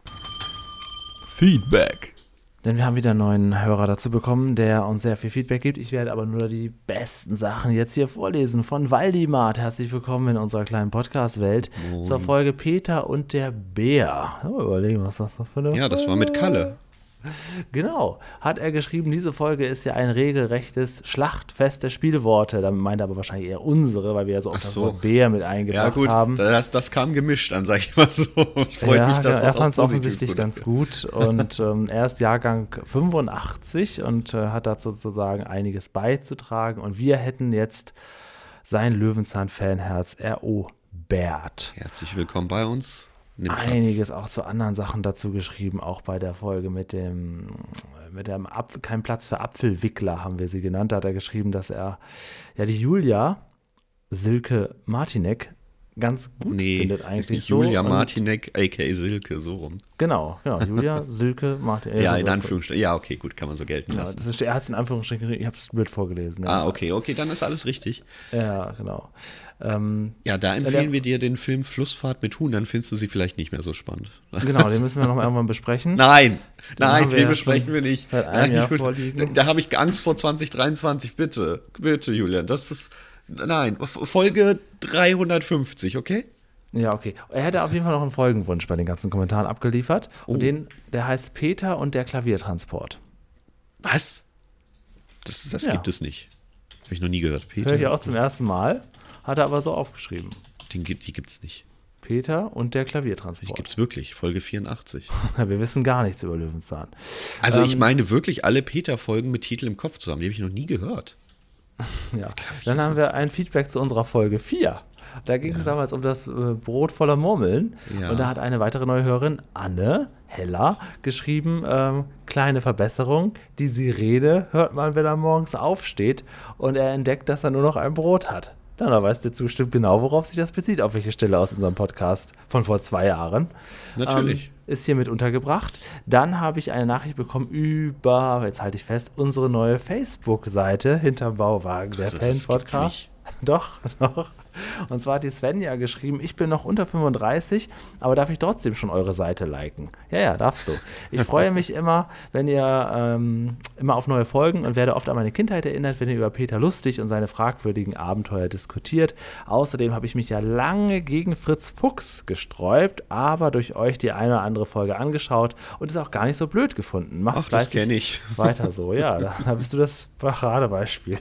Feedback. Denn wir haben wieder einen neuen Hörer dazu bekommen, der uns sehr viel Feedback gibt. Ich werde aber nur die besten Sachen jetzt hier vorlesen. Von Waldimar. Herzlich willkommen in unserer kleinen Podcast-Welt zur Folge Peter und der Bär. Mal überlegen, was das noch für eine Ja, das war mit Kalle. Genau, hat er geschrieben, diese Folge ist ja ein regelrechtes Schlachtfest der Spielworte. Damit meint er aber wahrscheinlich eher unsere, weil wir ja so oft das Wort Bär mit eingebracht Ja gut, haben. das kam gemischt an, sag ich mal so. Es freut mich, dass er das auch fand es positiv offensichtlich wurde. ganz gut und er ist Jahrgang 85 und hat dazu sozusagen einiges beizutragen und wir hätten jetzt sein Löwenzahn-Fanherz erobert. Herzlich willkommen bei uns. Nimm Platz. Einiges auch zu anderen Sachen dazu geschrieben, auch bei der Folge mit dem kein Platz für Apfelwickler haben wir sie genannt. Da hat er geschrieben, dass er ja die Julia Silke Martinek ganz gut findet eigentlich Julia so. Martinek, a.k.a. Silke, so rum. Genau, Julia Silke Martinek. Ja, in Anführungsstrichen. Ja, okay, gut, kann man so gelten Ja, lassen. er hat es in Anführungsstrichen, ich habe es blöd vorgelesen. Ja. Okay, dann ist alles richtig. Ja, genau. Ja, da empfehlen wir dir den Film Flussfahrt mit Huhn, dann findest du sie vielleicht nicht mehr so spannend. Genau, den müssen wir noch irgendwann besprechen. Nein, haben wir den ja besprechen wir nicht. seit einem Jahr Nein, vorliegen. Da habe ich Angst vor 2023, bitte, Julian, das ist, nein, Folge 350, okay? Ja, okay. Er hätte auf jeden Fall noch einen Folgenwunsch bei den ganzen Kommentaren abgeliefert. Und der heißt Peter und der Klaviertransport. Was? Das gibt es nicht. Habe ich noch nie gehört. Peter. Höre ich auch zum ersten Mal. Hat er aber so aufgeschrieben. Die gibt's nicht. Peter und der Die Klaviertransport. gibt's wirklich, Folge 84. Wir wissen gar nichts über Löwenzahn. Also ich meine wirklich alle Peter-Folgen mit Titel im Kopf zusammen. Die habe ich noch nie gehört. Ja. Dann haben wir ein Feedback zu unserer Folge 4. Da ging es damals um das Brot voller Murmeln. Ja. Und da hat eine weitere neue Hörerin, Anne Heller, geschrieben, kleine Verbesserung, die Sirene hört man, wenn er morgens aufsteht und er entdeckt, dass er nur noch ein Brot hat. Da weißt du jetzt bestimmt genau, worauf sich das bezieht, auf welche Stelle aus unserem Podcast von vor 2 Jahren. Natürlich. Ist hiermit untergebracht. Dann habe ich eine Nachricht bekommen über, jetzt halte ich fest, unsere neue Facebook-Seite hinterm Bauwagen, der Also, das gibt's Fan-Podcast. nicht. Doch. Und zwar hat die Svenja geschrieben, ich bin noch unter 35, aber darf ich trotzdem schon eure Seite liken? Ja, darfst du. Ich freue mich immer, wenn ihr immer auf neue Folgen und werde oft an meine Kindheit erinnert, wenn ihr über Peter Lustig und seine fragwürdigen Abenteuer diskutiert. Außerdem habe ich mich ja lange gegen Fritz Fuchs gesträubt, aber durch euch die eine oder andere Folge angeschaut und es auch gar nicht so blöd gefunden. Macht Ach, das fleißig kenne ich. weiter so. Ja, da bist du das Paradebeispiel.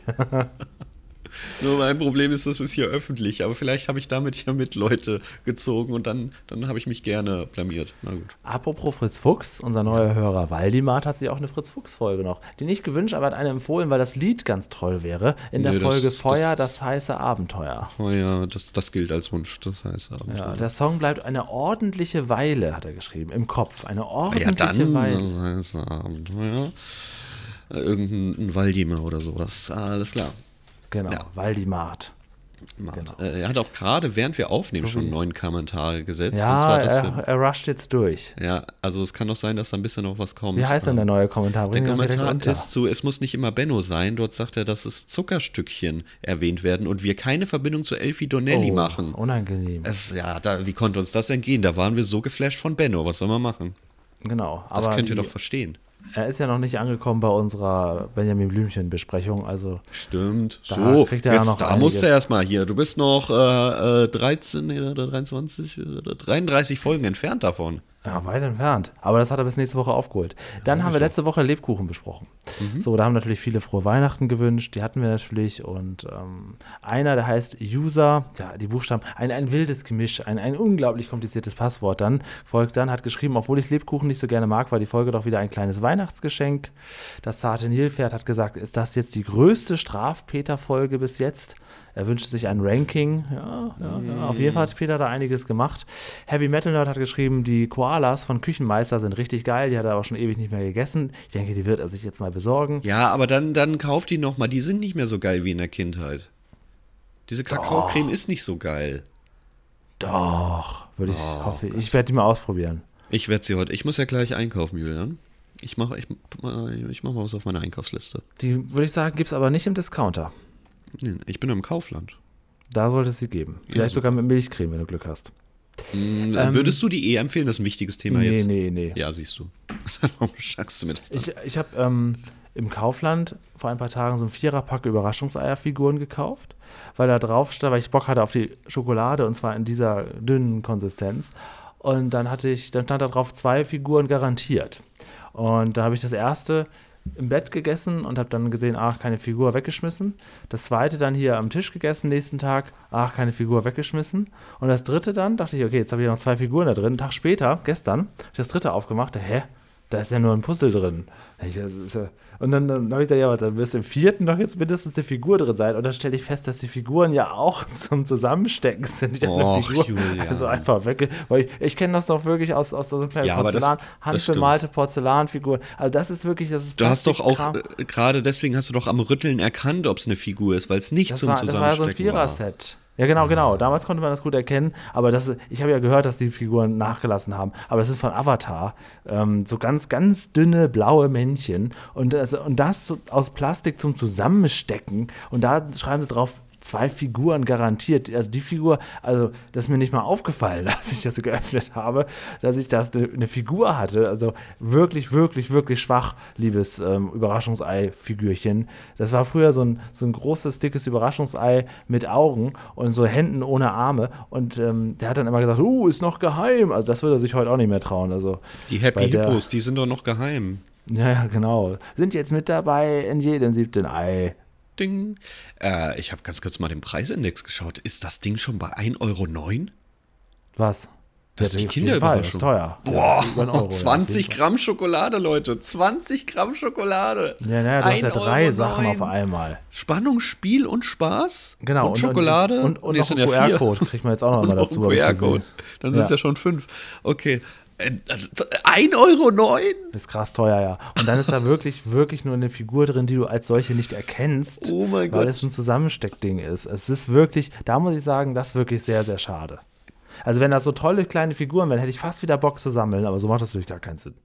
Nur mein Problem ist, das ist hier öffentlich, aber vielleicht habe ich damit ja mit Leute gezogen und dann habe ich mich gerne blamiert. Na gut. Apropos Fritz Fuchs, unser neuer Hörer Waldimar hat sich auch eine Fritz Fuchs-Folge noch, die nicht gewünscht, aber hat eine empfohlen, weil das Lied ganz toll wäre. In der Folge Feuer, das heiße Abenteuer. Oh ja, das gilt als Wunsch, das heiße Abenteuer. Ja, der Song bleibt eine ordentliche Weile, hat er geschrieben, im Kopf. Eine ordentliche dann, Weile. Das heiße Abenteuer. Irgendein Waldimar oder sowas. Alles klar. Genau, Ja. Waldimart. Genau. Er hat auch gerade, während wir aufnehmen, So schon wie- 9 Kommentare gesetzt. Ja, und zwar er rusht jetzt durch. ja, also es kann doch sein, dass da ein bisschen noch was kommt. Wie heißt denn der neue Kommentar? Der Bring ihn doch direkt Kommentar unter. ist zu, es muss nicht immer Benno sein. Dort sagt er, dass es Zuckerstückchen erwähnt werden und wir keine Verbindung zu Elfie Donnelly machen. Unangenehm. Wie konnte uns das entgehen? Da waren wir so geflasht von Benno. Was soll man machen? Genau. Das aber könnt ihr doch verstehen. er ist ja noch nicht angekommen bei unserer Benjamin Blümchen-Besprechung, also Stimmt. Da So, kriegt er ja noch da musst du einiges. erstmal hier. Du bist noch 33 Folgen entfernt davon. ja, weit entfernt. Aber das hat er bis nächste Woche aufgeholt. Dann haben wir letzte Woche Lebkuchen besprochen. So, da haben natürlich viele frohe Weihnachten gewünscht. Die hatten wir natürlich. Und einer, der heißt User, ja, die Buchstaben, ein wildes Gemisch, ein unglaublich kompliziertes Passwort dann, folgt dann, hat geschrieben, obwohl ich Lebkuchen nicht so gerne mag, war die Folge doch wieder ein kleines Weihnachtsgeschenk. Das zarte Nilpferd hat gesagt, ist das jetzt die größte Straf-Peter-Folge bis jetzt? Er wünscht sich ein Ranking. Ja, auf jeden Fall hat Peter da einiges gemacht. Heavy Metal Nerd hat geschrieben, die Koalas von Küchenmeister sind richtig geil. Die hat er aber schon ewig nicht mehr gegessen. Ich denke, die wird er sich jetzt mal besorgen. Ja, aber dann kauft die nochmal. Die sind nicht mehr so geil wie in der Kindheit. Diese Kakaocreme ist nicht so geil. Doch, ich werde die mal ausprobieren. Ich werde sie heute. Ich muss ja gleich einkaufen, Julian. Ich mach mal was auf meine Einkaufsliste. Die, würde ich sagen, gibt es aber nicht im Discounter. Nee, ich bin im Kaufland. Da sollte es sie geben. Vielleicht sogar mit Milchcreme, wenn du Glück hast. Würdest du die empfehlen? Das ist ein wichtiges Thema jetzt. Nee. Ja, siehst du. Warum sagst du mir das dann? Ich habe im Kaufland vor ein paar Tagen so ein 4er-Pack Überraschungseierfiguren gekauft, weil da drauf stand, weil ich Bock hatte auf die Schokolade und zwar in dieser dünnen Konsistenz. Und dann stand da drauf 2 Figuren garantiert. Und da habe ich das erste im Bett gegessen und habe dann gesehen, keine Figur, weggeschmissen. Das zweite dann hier am Tisch gegessen, nächsten Tag, keine Figur, weggeschmissen. Und das dritte dann, dachte ich, okay, jetzt habe ich noch 2 Figuren da drin. Einen Tag später, gestern, habe ich das dritte aufgemacht, da ist ja nur ein Puzzle drin. Und dann habe ich gedacht, dann wirst im 4. doch jetzt mindestens eine Figur drin sein. Und dann stelle ich fest, dass die Figuren ja auch zum Zusammenstecken sind. Julian. Also einfach weg. Weil ich kenne das doch wirklich aus so einem kleinen Porzellan, handbemalte Porzellanfiguren. Also das ist wirklich, Du hast doch auch, gerade deswegen hast du doch am Rütteln erkannt, ob es eine Figur ist, weil es nicht zum Zusammenstecken war. Das war so ein 4er-Set. Ja, genau. Damals konnte man das gut erkennen, aber ich habe ja gehört, dass die Figuren nachgelassen haben, aber das ist von Avatar, so ganz, ganz dünne blaue Männchen und das aus Plastik zum Zusammenstecken und da schreiben sie drauf, 2 Figuren garantiert. Also die Figur, das ist mir nicht mal aufgefallen, als ich das so geöffnet habe, dass ich das eine Figur hatte. Also wirklich, wirklich, wirklich schwach, liebes Überraschungsei-Figürchen. Das war früher so ein großes, dickes Überraschungsei mit Augen und so Händen ohne Arme. Und der hat dann immer gesagt, ist noch geheim. Also das würde er sich heute auch nicht mehr trauen. Also die Happy Hippos, die sind doch noch geheim. Ja, genau. Sind jetzt mit dabei in jedem 7. Ei. Ding. Ich habe ganz kurz mal den Preisindex geschaut. Ist das Ding schon bei 1,09 €? Was? Das ist die Kinderüberraschung. Das ist teuer. Boah, ja, 20 Gramm Schokolade, Leute. 20 Gramm Schokolade. Ja, du hast ja 3 Sachen auf einmal. Spannung, Spiel und Spaß. Genau. Und Schokolade. Und noch einen QR-Code kriegt man jetzt auch noch mal dazu. Einen QR-Code. Dann sind es ja schon 5. Okay. 1,09 €? Das ist krass teuer, ja. Und dann ist da wirklich, wirklich nur eine Figur drin, die du als solche nicht erkennst, weil es ein Zusammensteckding ist. Es ist wirklich, da muss ich sagen, das ist wirklich sehr, sehr schade. Also wenn das so tolle kleine Figuren wären, hätte ich fast wieder Bock zu sammeln, aber so macht das natürlich gar keinen Sinn.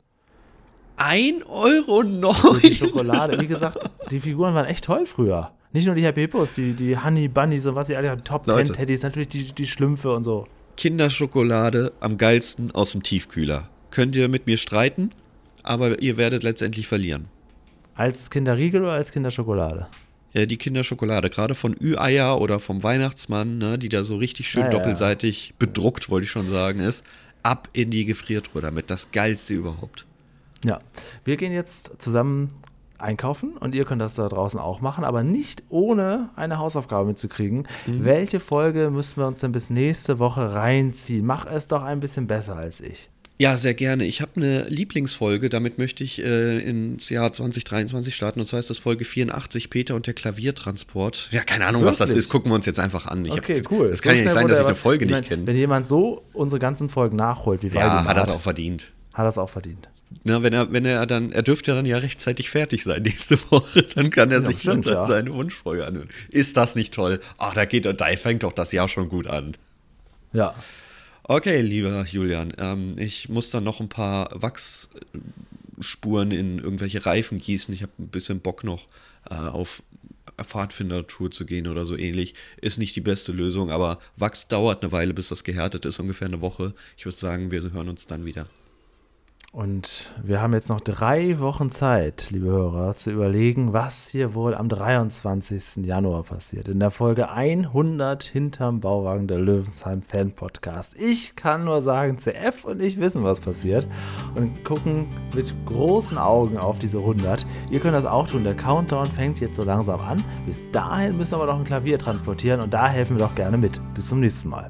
1,09 €? Die Schokolade, wie gesagt, die Figuren waren echt toll früher. Nicht nur die Happy Hippos, die Honey Bunnies und was sie alle haben, Top 10 Teddys, natürlich die Schlümpfe und so. Kinderschokolade am geilsten aus dem Tiefkühler. Könnt ihr mit mir streiten, aber ihr werdet letztendlich verlieren. Als Kinderriegel oder als Kinderschokolade? Ja, die Kinderschokolade, gerade von Ü-Eier oder vom Weihnachtsmann, ne, die da so richtig schön doppelseitig bedruckt, wollte ich schon sagen, ist. Ab in die Gefriertruhe damit, das Geilste überhaupt. Ja, wir gehen jetzt zusammen einkaufen und ihr könnt das da draußen auch machen, aber nicht ohne eine Hausaufgabe mitzukriegen. Welche Folge müssen wir uns denn bis nächste Woche reinziehen? Mach es doch ein bisschen besser als ich. Ja, sehr gerne. Ich habe eine Lieblingsfolge, damit möchte ich ins Jahr 2023 starten. Und zwar ist das Folge 84, Peter und der Klaviertransport. Ja, keine Ahnung, was das ist. Gucken wir uns jetzt einfach an. Cool. Es kann ja nicht sein, dass ich eine Folge nicht kenne. Wenn jemand so unsere ganzen Folgen nachholt, wie Waldemar hat das auch verdient. Hat das auch verdient. Na, er dürfte dann ja rechtzeitig fertig sein nächste Woche, dann kann er sich dann seine Wunschfolge anhören. Ist das nicht toll? Da fängt doch das Jahr schon gut an. Ja. Okay, lieber Julian, ich muss dann noch ein paar Wachsspuren in irgendwelche Reifen gießen. Ich habe ein bisschen Bock noch auf Pfadfinder-Tour zu gehen oder so ähnlich. Ist nicht die beste Lösung, aber Wachs dauert eine Weile, bis das gehärtet ist, ungefähr eine Woche. Ich würde sagen, wir hören uns dann wieder. Und wir haben jetzt noch 3 Wochen Zeit, liebe Hörer, zu überlegen, was hier wohl am 23. Januar passiert. In der Folge 100 hinterm Bauwagen der Löwenzahn Fan Podcast. Ich kann nur sagen, CF und ich wissen, was passiert und gucken mit großen Augen auf diese 100. Ihr könnt das auch tun. Der Countdown fängt jetzt so langsam an. Bis dahin müssen wir noch ein Klavier transportieren und da helfen wir doch gerne mit. Bis zum nächsten Mal.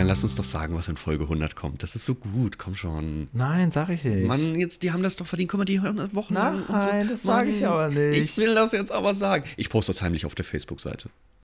dann lass uns doch sagen, was in Folge 100 kommt. Das ist so gut, komm schon. Nein, sag ich nicht. Mann, jetzt, die haben das doch verdient. Guck mal, die hören wochenlang und so. Nein, das sage ich aber nicht. Ich will das jetzt aber sagen. Ich poste das heimlich auf der Facebook-Seite.